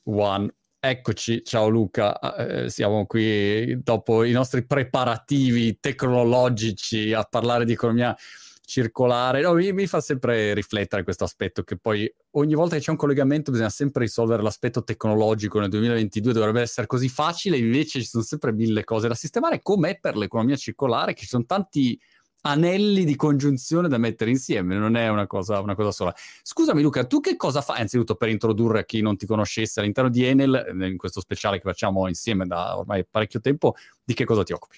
One. Eccoci, ciao Luca, siamo qui dopo i nostri preparativi tecnologici a parlare di economia circolare. No, mi fa sempre riflettere questo aspetto che poi ogni volta che c'è un collegamento bisogna sempre risolvere l'aspetto tecnologico. Nel 2022 dovrebbe essere così facile, invece ci sono sempre mille cose da sistemare, com'è per l'economia circolare, che ci sono tanti anelli di congiunzione da mettere insieme, non è una cosa sola. Scusami Luca, tu che cosa fai? Anzitutto per introdurre a chi non ti conoscesse all'interno di Enel, in questo speciale che facciamo insieme da ormai parecchio tempo, di che cosa ti occupi?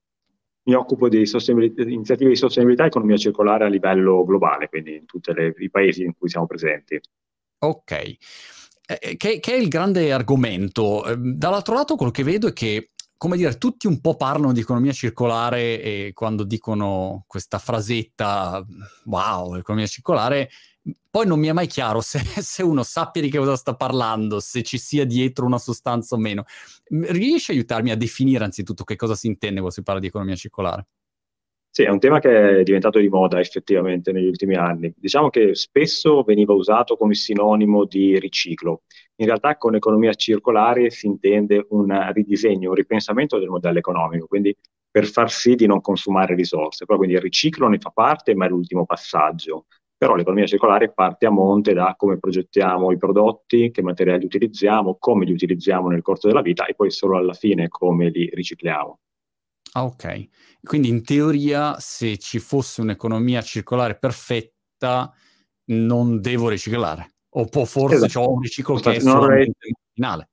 Mi occupo di iniziative di sostenibilità e economia circolare a livello globale, quindi in tutti i paesi in cui siamo presenti. Ok, che è il grande argomento. Dall'altro lato quello che vedo è che, come dire, tutti un po' parlano di economia circolare e quando dicono questa frasetta, wow, economia circolare, poi non mi è mai chiaro se uno sappia di che cosa sta parlando, se ci sia dietro una sostanza o meno. Riesci a aiutarmi a definire anzitutto che cosa si intende quando si parla di economia circolare? Sì, è un tema che è diventato di moda effettivamente negli ultimi anni. Diciamo che spesso veniva usato come sinonimo di riciclo. In realtà con economia circolare si intende un ridisegno, un ripensamento del modello economico, quindi per far sì di non consumare risorse. Poi quindi il riciclo ne fa parte, ma è l'ultimo passaggio. Però l'economia circolare parte a monte da come progettiamo i prodotti, che materiali utilizziamo, come li utilizziamo nel corso della vita e poi solo alla fine come li ricicliamo. Ah, ok. Quindi in teoria, se ci fosse un'economia circolare perfetta, non devo riciclare. O può forse Esatto. c'ho un riciclo che è Non avrei solamente marginale.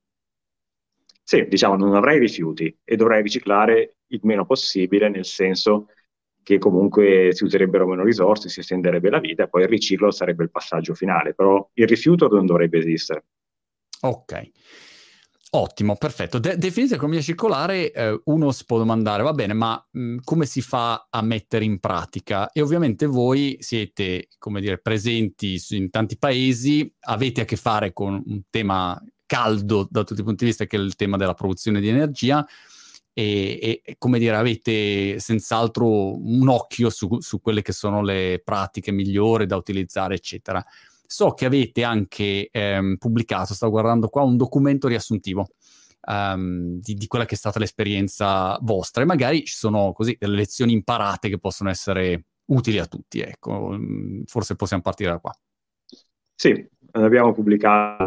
Sì, diciamo, non avrei rifiuti e dovrei riciclare il meno possibile, nel senso che comunque si userebbero meno risorse, si estenderebbe la vita e poi il riciclo sarebbe il passaggio finale, però il rifiuto non dovrebbe esistere. Ok. Ottimo, perfetto. Definita economia circolare, uno si può domandare, va bene, ma come si fa a mettere in pratica? E ovviamente voi siete, come dire, presenti in tanti paesi, avete a che fare con un tema caldo da tutti i punti di vista, che è il tema della produzione di energia, e come dire, avete senz'altro un occhio su quelle che sono le pratiche migliori da utilizzare, eccetera. So che avete anche pubblicato, stavo guardando qua, un documento riassuntivo di quella che è stata l'esperienza vostra e magari ci sono così delle lezioni imparate che possono essere utili a tutti, ecco. Forse possiamo partire da qua. Sì, abbiamo pubblicato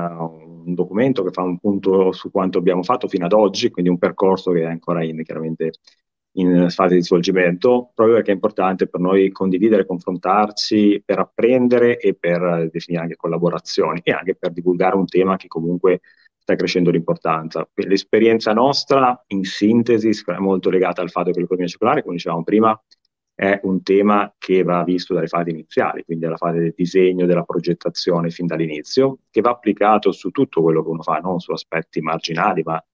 un documento che fa un punto su quanto abbiamo fatto fino ad oggi, quindi un percorso che è ancora chiaramente in fase di svolgimento, proprio perché è importante per noi condividere, confrontarci per apprendere e per definire anche collaborazioni e anche per divulgare un tema che comunque sta crescendo di importanza. L'esperienza nostra, in sintesi, è molto legata al fatto che l'economia circolare, come dicevamo prima, è un tema che va visto dalle fasi iniziali, quindi alla fase del disegno, della progettazione fin dall'inizio, che va applicato su tutto quello che uno fa, non su aspetti marginali, ma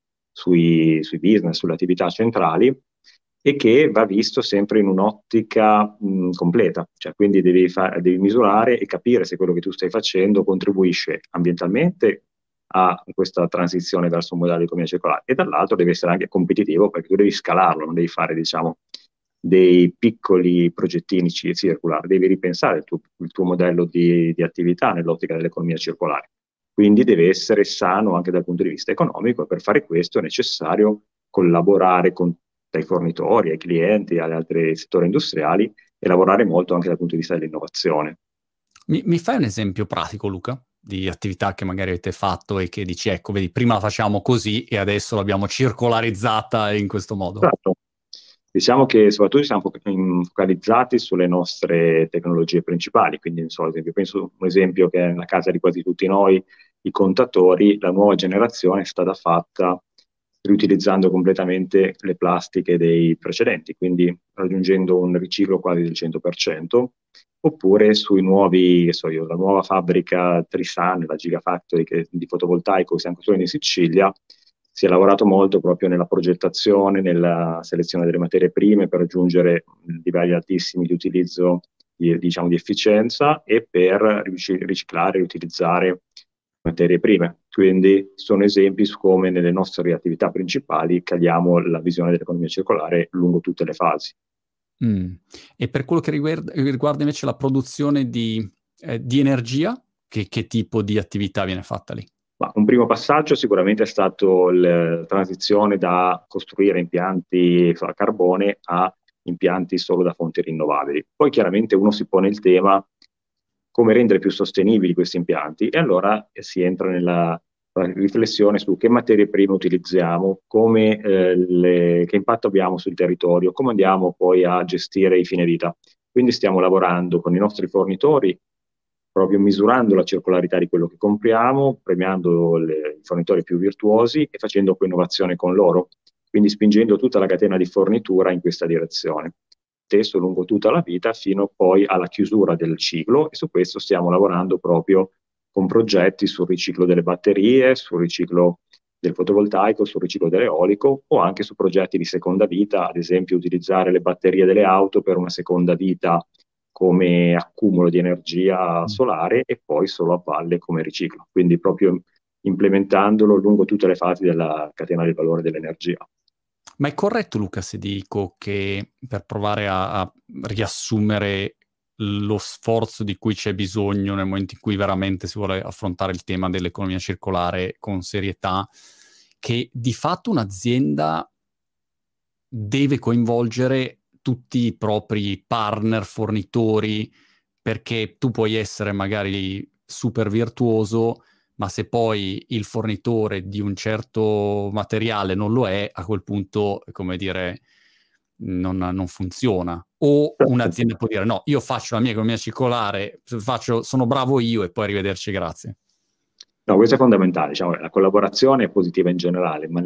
sui business, sulle attività centrali, e che va visto sempre in un'ottica completa, cioè quindi devi misurare e capire se quello che tu stai facendo contribuisce ambientalmente a questa transizione verso un modello di economia circolare e dall'altro deve essere anche competitivo perché tu devi scalarlo, non devi fare, diciamo, dei piccoli progettini circolari, devi ripensare il tuo modello di attività nell'ottica dell'economia circolare. Quindi deve essere sano anche dal punto di vista economico e per fare questo è necessario collaborare dai fornitori ai clienti, agli altri settori industriali e lavorare molto anche dal punto di vista dell'innovazione. Mi fai un esempio pratico, Luca, di attività che magari avete fatto e che dici, ecco, vedi, prima la facciamo così e adesso l'abbiamo circolarizzata in questo modo? Esatto. Diciamo che soprattutto siamo focalizzati sulle nostre tecnologie principali, quindi non so, ad esempio, penso un esempio che è nella casa di quasi tutti noi, i contatori, la nuova generazione è stata fatta riutilizzando completamente le plastiche dei precedenti, quindi raggiungendo un riciclo quasi del 100%, oppure sui nuovi, che so io, la nuova fabbrica Trisan, la Gigafactory di fotovoltaico che stiamo costruendo in Sicilia, si è lavorato molto proprio nella progettazione, nella selezione delle materie prime per raggiungere livelli altissimi di utilizzo, diciamo, di efficienza e per riciclare e riutilizzare materie prime. Quindi sono esempi su come nelle nostre attività principali caliamo la visione dell'economia circolare lungo tutte le fasi. Mm. E per quello che riguarda invece la produzione di energia, che tipo di attività viene fatta lì? Ma un primo passaggio sicuramente è stato la transizione da costruire impianti a carbone a impianti solo da fonti rinnovabili. Poi chiaramente uno si pone il tema come rendere più sostenibili questi impianti e allora si entra nella riflessione su che materie prime utilizziamo, che impatto abbiamo sul territorio, come andiamo poi a gestire i fine vita. Quindi stiamo lavorando con i nostri fornitori proprio misurando la circolarità di quello che compriamo, premiando i fornitori più virtuosi e facendo poi innovazione con loro, quindi spingendo tutta la catena di fornitura in questa direzione. Stesso lungo tutta la vita fino poi alla chiusura del ciclo e su questo stiamo lavorando proprio con progetti sul riciclo delle batterie, sul riciclo del fotovoltaico, sul riciclo dell'eolico o anche su progetti di seconda vita, ad esempio utilizzare le batterie delle auto per una seconda vita come accumulo di energia solare e poi solo a valle come riciclo, quindi proprio implementandolo lungo tutte le fasi della catena del valore dell'energia. Ma è corretto, Luca, se dico che per provare a riassumere lo sforzo di cui c'è bisogno nel momento in cui veramente si vuole affrontare il tema dell'economia circolare con serietà, che di fatto un'azienda deve coinvolgere tutti i propri partner, fornitori, perché tu puoi essere magari super virtuoso, ma se poi il fornitore di un certo materiale non lo è, a quel punto, come dire, non funziona. O Certo. un'azienda può dire, no, io faccio la mia economia circolare, sono bravo io e poi arrivederci, grazie. No, questo è fondamentale, diciamo, la collaborazione è positiva in generale, ma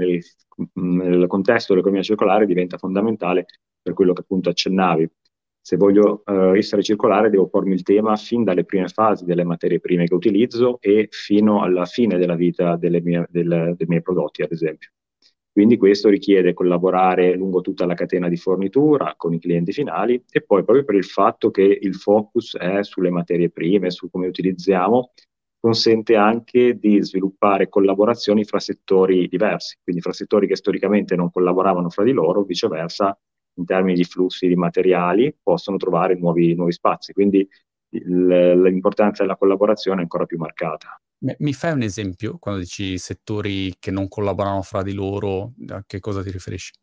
nel contesto dell'economia circolare diventa fondamentale per quello che appunto accennavi. Se voglio essere circolare devo pormi il tema fin dalle prime fasi delle materie prime che utilizzo e fino alla fine della vita dei miei prodotti, ad esempio. Quindi questo richiede collaborare lungo tutta la catena di fornitura con i clienti finali e poi proprio per il fatto che il focus è sulle materie prime, su come utilizziamo, consente anche di sviluppare collaborazioni fra settori diversi, quindi fra settori che storicamente non collaboravano fra di loro, viceversa, in termini di flussi di materiali, possono trovare nuovi spazi. Quindi l'importanza della collaborazione è ancora più marcata. Mi fai un esempio quando dici settori che non collaborano fra di loro? A che cosa ti riferisci?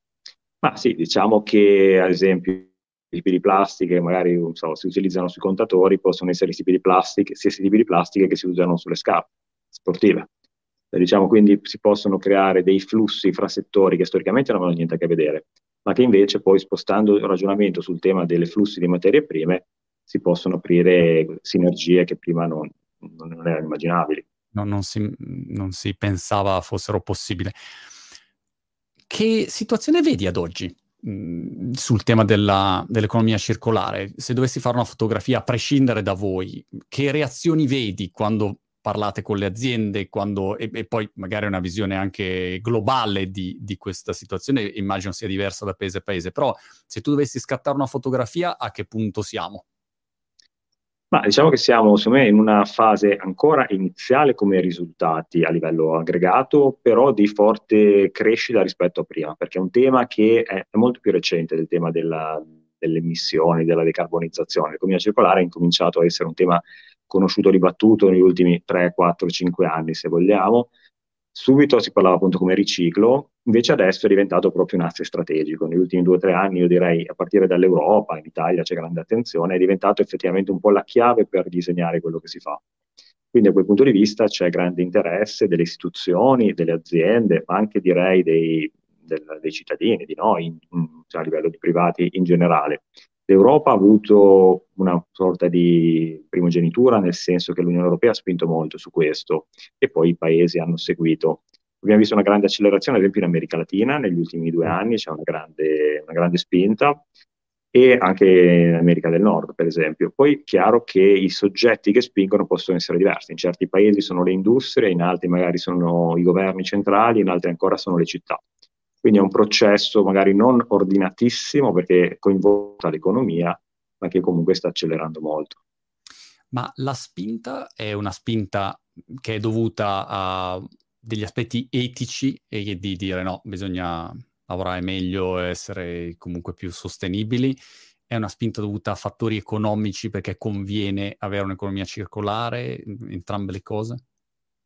Ma sì, diciamo che ad esempio i tipi di plastiche che magari non so, si utilizzano sui contatori possono essere stessi tipi di plastiche che si usano sulle scarpe sportive. Diciamo quindi si possono creare dei flussi fra settori che storicamente non hanno niente a che vedere, ma che invece poi spostando il ragionamento sul tema delle flussi di materie prime si possono aprire sinergie che prima non erano immaginabili. Non si pensava fossero possibili. Che situazione vedi ad oggi sul tema dell'economia circolare? Se dovessi fare una fotografia a prescindere da voi, che reazioni vedi quando parlate con le aziende, e poi magari una visione anche globale di questa situazione, immagino sia diversa da paese a paese, però se tu dovessi scattare una fotografia, a che punto siamo? Ma diciamo che siamo, secondo me, in una fase ancora iniziale come risultati a livello aggregato, però di forte crescita rispetto a prima, perché è un tema che è molto più recente del tema delle emissioni, della decarbonizzazione. L'economia circolare ha incominciato a essere un tema conosciuto, dibattuto negli ultimi 3, 4, 5 anni, se vogliamo. Subito si parlava appunto come riciclo, invece adesso è diventato proprio un asse strategico. Negli ultimi 2 o 3 anni, io direi, a partire dall'Europa, in Italia c'è grande attenzione, è diventato effettivamente un po' la chiave per disegnare quello che si fa. Quindi da quel punto di vista c'è grande interesse delle istituzioni, delle aziende, ma anche direi dei cittadini, di noi, cioè a livello di privati in generale. L'Europa ha avuto una sorta di primogenitura, nel senso che l'Unione Europea ha spinto molto su questo e poi i paesi hanno seguito. Abbiamo visto una grande accelerazione, ad esempio in America Latina, negli ultimi 2 anni c'è una grande spinta e anche in America del Nord, per esempio. Poi è chiaro che i soggetti che spingono possono essere diversi. In certi paesi sono le industrie, in altri magari sono i governi centrali, in altri ancora sono le città. Quindi è un processo magari non ordinatissimo perché coinvolge l'economia, ma che comunque sta accelerando molto. Ma la spinta è una spinta che è dovuta a degli aspetti etici e di dire no, bisogna lavorare meglio e essere comunque più sostenibili. È una spinta dovuta a fattori economici perché conviene avere un'economia circolare, entrambe le cose?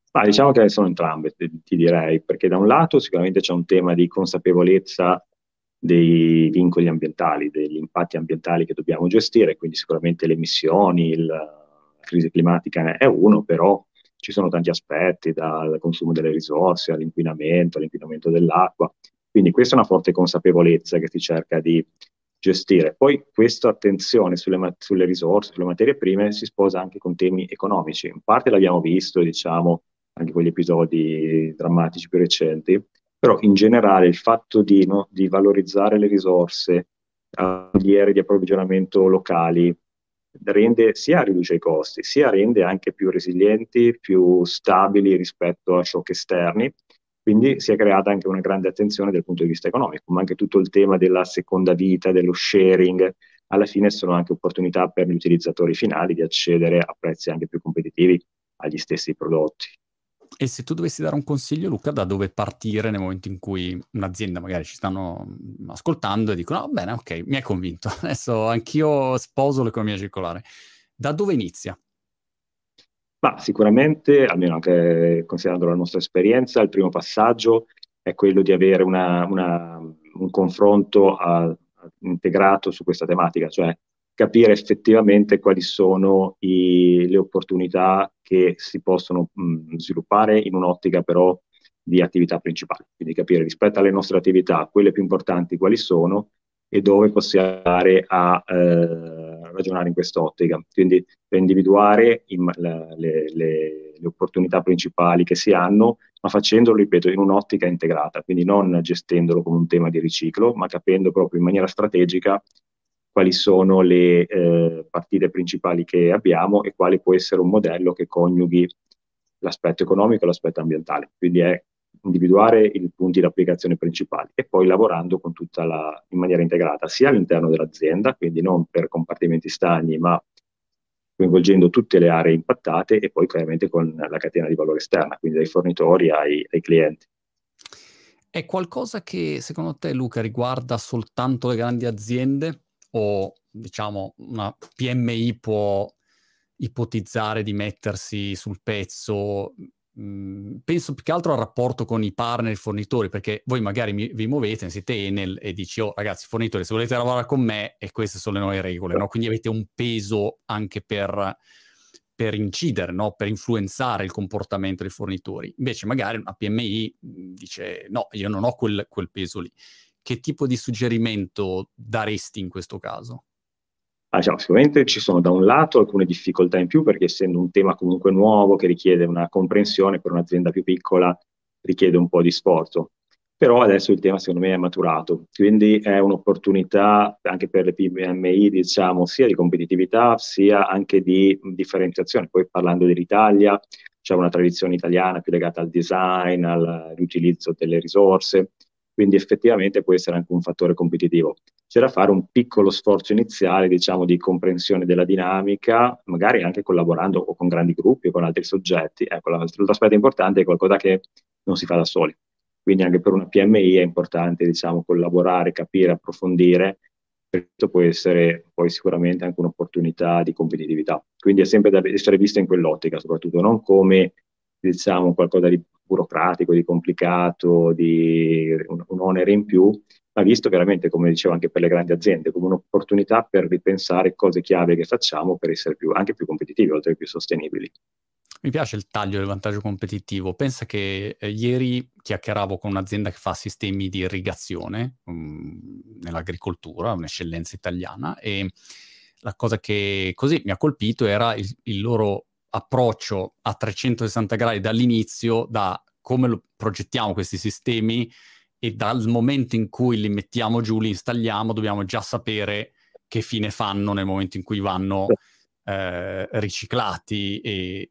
Ma diciamo che sono entrambe, ti direi, perché da un lato sicuramente c'è un tema di consapevolezza dei vincoli ambientali, degli impatti ambientali che dobbiamo gestire, quindi sicuramente le emissioni, la crisi climatica è uno, però ci sono tanti aspetti, dal consumo delle risorse all'inquinamento dell'acqua, quindi questa è una forte consapevolezza che si cerca di gestire. Poi questa attenzione sulle risorse, sulle materie prime si sposa anche con temi economici. In parte l'abbiamo visto, diciamo, anche con gli episodi drammatici più recenti, però in generale il fatto di, no, di valorizzare le risorse, filiere di approvvigionamento locali, rende sia riduce i costi, sia rende anche più resilienti, più stabili rispetto a shock esterni. Quindi si è creata anche una grande attenzione dal punto di vista economico, ma anche tutto il tema della seconda vita, dello sharing, alla fine sono anche opportunità per gli utilizzatori finali di accedere a prezzi anche più competitivi agli stessi prodotti. E se tu dovessi dare un consiglio, Luca, da dove partire nel momento in cui un'azienda magari ci stanno ascoltando e dicono, oh, bene, ok, mi hai convinto, adesso anch'io sposo l'economia circolare. Da dove inizia? Ma sicuramente, almeno anche considerando la nostra esperienza, il primo passaggio è quello di avere un confronto integrato su questa tematica, cioè capire effettivamente quali sono le opportunità che si possono sviluppare in un'ottica però di attività principali. Quindi capire rispetto alle nostre attività, quelle più importanti quali sono e dove possiamo andare a ragionare in quest'ottica. Quindi per individuare le opportunità principali che si hanno, ma facendolo, ripeto, in un'ottica integrata, quindi non gestendolo come un tema di riciclo, ma capendo proprio in maniera strategica quali sono le partite principali che abbiamo e quale può essere un modello che coniughi l'aspetto economico e l'aspetto ambientale. Quindi è individuare i punti di applicazione principali e poi lavorando con in maniera integrata, sia all'interno dell'azienda, quindi non per compartimenti stagni, ma coinvolgendo tutte le aree impattate e poi chiaramente con la catena di valore esterna, quindi dai fornitori ai clienti. È qualcosa che secondo te, Luca, riguarda soltanto le grandi aziende o diciamo una PMI può ipotizzare di mettersi sul pezzo? Penso più che altro al rapporto con i partner e i fornitori, perché voi magari vi muovete, siete Enel e dici, oh ragazzi, fornitori, se volete lavorare con me, e queste sono le nuove regole, no? Quindi avete un peso anche per incidere, no? Per influenzare il comportamento dei fornitori. Invece magari una PMI dice, no, io non ho quel peso lì. Che tipo di suggerimento daresti in questo caso? Diciamo, sicuramente ci sono da un lato alcune difficoltà in più perché essendo un tema comunque nuovo che richiede una comprensione per un'azienda più piccola richiede un po' di sforzo. Però adesso il tema secondo me è maturato, quindi è un'opportunità anche per le PMI, diciamo, sia di competitività sia anche di differenziazione. Poi parlando dell'Italia, c'è una tradizione italiana più legata al design, all'utilizzo delle risorse, quindi effettivamente può essere anche un fattore competitivo. C'è da fare un piccolo sforzo iniziale, diciamo, di comprensione della dinamica, magari anche collaborando o con grandi gruppi o con altri soggetti. Ecco, l'altro aspetto importante è qualcosa che non si fa da soli. Quindi anche per una PMI è importante, diciamo, collaborare, capire, approfondire. Questo può essere poi sicuramente anche un'opportunità di competitività. Quindi è sempre da essere vista in quell'ottica, soprattutto non come, diciamo, qualcosa di burocratico, di complicato, di un onere in più, ma visto veramente, come dicevo anche per le grandi aziende, come un'opportunità per ripensare cose chiave che facciamo per essere anche più competitivi, oltre che più sostenibili. Mi piace il taglio del vantaggio competitivo. Pensa che ieri chiacchieravo con un'azienda che fa sistemi di irrigazione nell'agricoltura, un'eccellenza italiana, e la cosa che così mi ha colpito era il loro approccio a 360 gradi dall'inizio, da come progettiamo questi sistemi e dal momento in cui li mettiamo giù, li installiamo, dobbiamo già sapere che fine fanno nel momento in cui vanno riciclati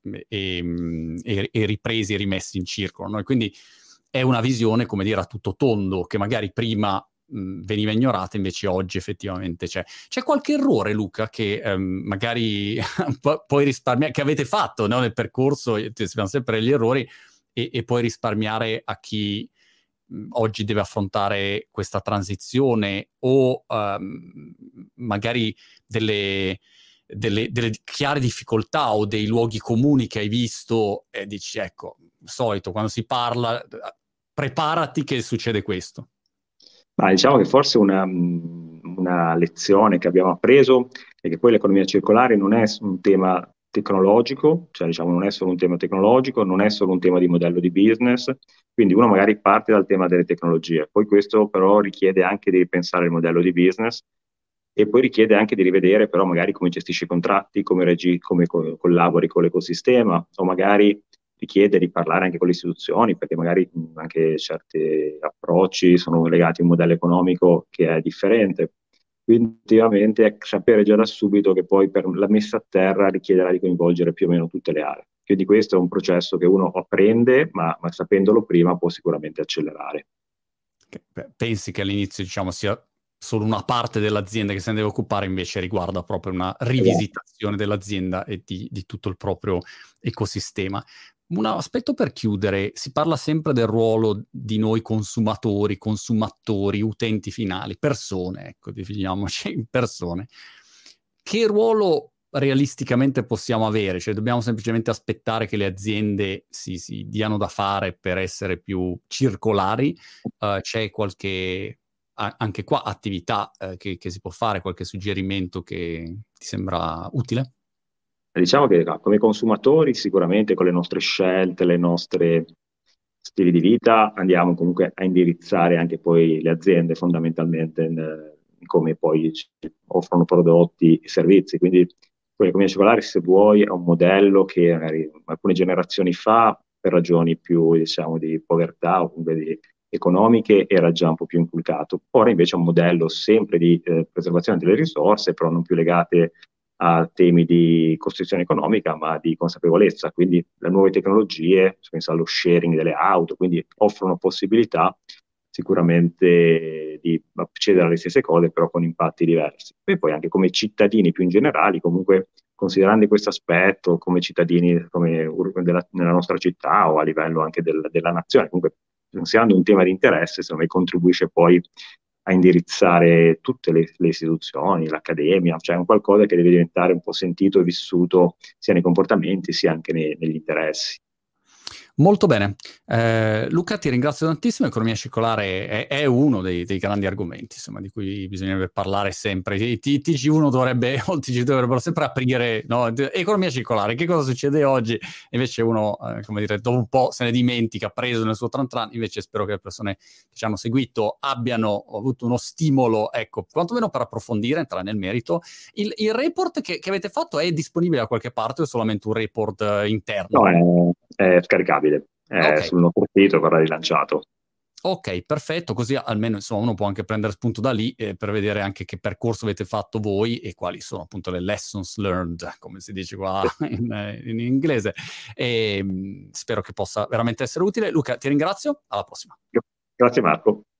e ripresi e rimessi in circolo, no? E quindi è una visione, come dire, a tutto tondo, che magari prima veniva ignorata, invece oggi effettivamente c'è. C'è qualche errore, Luca, che magari puoi risparmiare, che avete fatto, no? Nel percorso, si fanno sempre gli errori, e puoi risparmiare a chi oggi deve affrontare questa transizione o magari delle chiare difficoltà o dei luoghi comuni che hai visto e dici, ecco, solito, quando si parla, preparati che succede questo. Ma diciamo che forse una lezione che abbiamo appreso è che poi l'economia circolare non è un tema tecnologico, cioè diciamo non è solo un tema tecnologico, non è solo un tema di modello di business, quindi uno magari parte dal tema delle tecnologie, poi questo però richiede anche di ripensare il modello di business e poi richiede anche di rivedere però magari come gestisci i contratti, come collabori con l'ecosistema o magari richiede di parlare anche con le istituzioni, perché magari anche certi approcci sono legati a un modello economico che è differente. Quindi effettivamente sapere già da subito che poi per la messa a terra richiederà di coinvolgere più o meno tutte le aree. Quindi questo è un processo che uno apprende, ma sapendolo prima può sicuramente accelerare. Pensi che all'inizio, diciamo, sia solo una parte dell'azienda che se ne deve occupare, invece riguarda proprio una rivisitazione dell'azienda e di tutto il proprio ecosistema. Un aspetto per chiudere: si parla sempre del ruolo di noi consumatori, consumatori, utenti finali, persone, ecco, definiamoci persone. Che ruolo realisticamente possiamo avere? Cioè, dobbiamo semplicemente aspettare che le aziende si diano da fare per essere più circolari? C'è qualche, anche qua, attività che si può fare, qualche suggerimento che ti sembra utile? Diciamo che come consumatori sicuramente con le nostre scelte, le nostre stili di vita andiamo comunque a indirizzare anche poi le aziende fondamentalmente in come poi ci offrono prodotti e servizi. Quindi l'economia circolare, se vuoi, è un modello che magari alcune generazioni fa, per ragioni più, diciamo, di povertà o comunque economiche, era già un po' più inculcato. Ora invece è un modello sempre di preservazione delle risorse, però non più legate a temi di costruzione economica, ma di consapevolezza. Quindi le nuove tecnologie, si pensa allo sharing delle auto, quindi offrono possibilità sicuramente di accedere alle stesse cose, però con impatti diversi. E poi anche come cittadini più in generale, comunque considerando questo aspetto come cittadini nella nostra città o a livello anche della nazione, comunque considerando un tema di interesse, secondo me contribuisce poi a indirizzare tutte le istituzioni, l'accademia, cioè è un qualcosa che deve diventare un po' sentito e vissuto sia nei comportamenti sia anche negli interessi. Molto bene. Luca, ti ringrazio tantissimo. Economia circolare è uno dei grandi argomenti, insomma, di cui bisognerebbe parlare sempre. Il TG1 dovrebbe, o il TG2 dovrebbero sempre aprire, no? Economia circolare, che cosa succede oggi? Invece uno, come dire, dopo un po' se ne dimentica, preso nel suo tran tran. Invece spero che le persone che ci hanno seguito abbiano avuto uno stimolo, ecco, quantomeno per approfondire, entrare nel merito. Il report che avete fatto è disponibile da qualche parte o è solamente un report interno? No, è scaricabile, è Ok. sul nostro sito, verrà rilanciato. Ok, perfetto, così almeno insomma uno può anche prendere spunto da lì per vedere anche che percorso avete fatto voi e quali sono appunto le lessons learned, come si dice qua in inglese. E spero che possa veramente essere utile. Luca, ti ringrazio, alla prossima. Grazie Marco.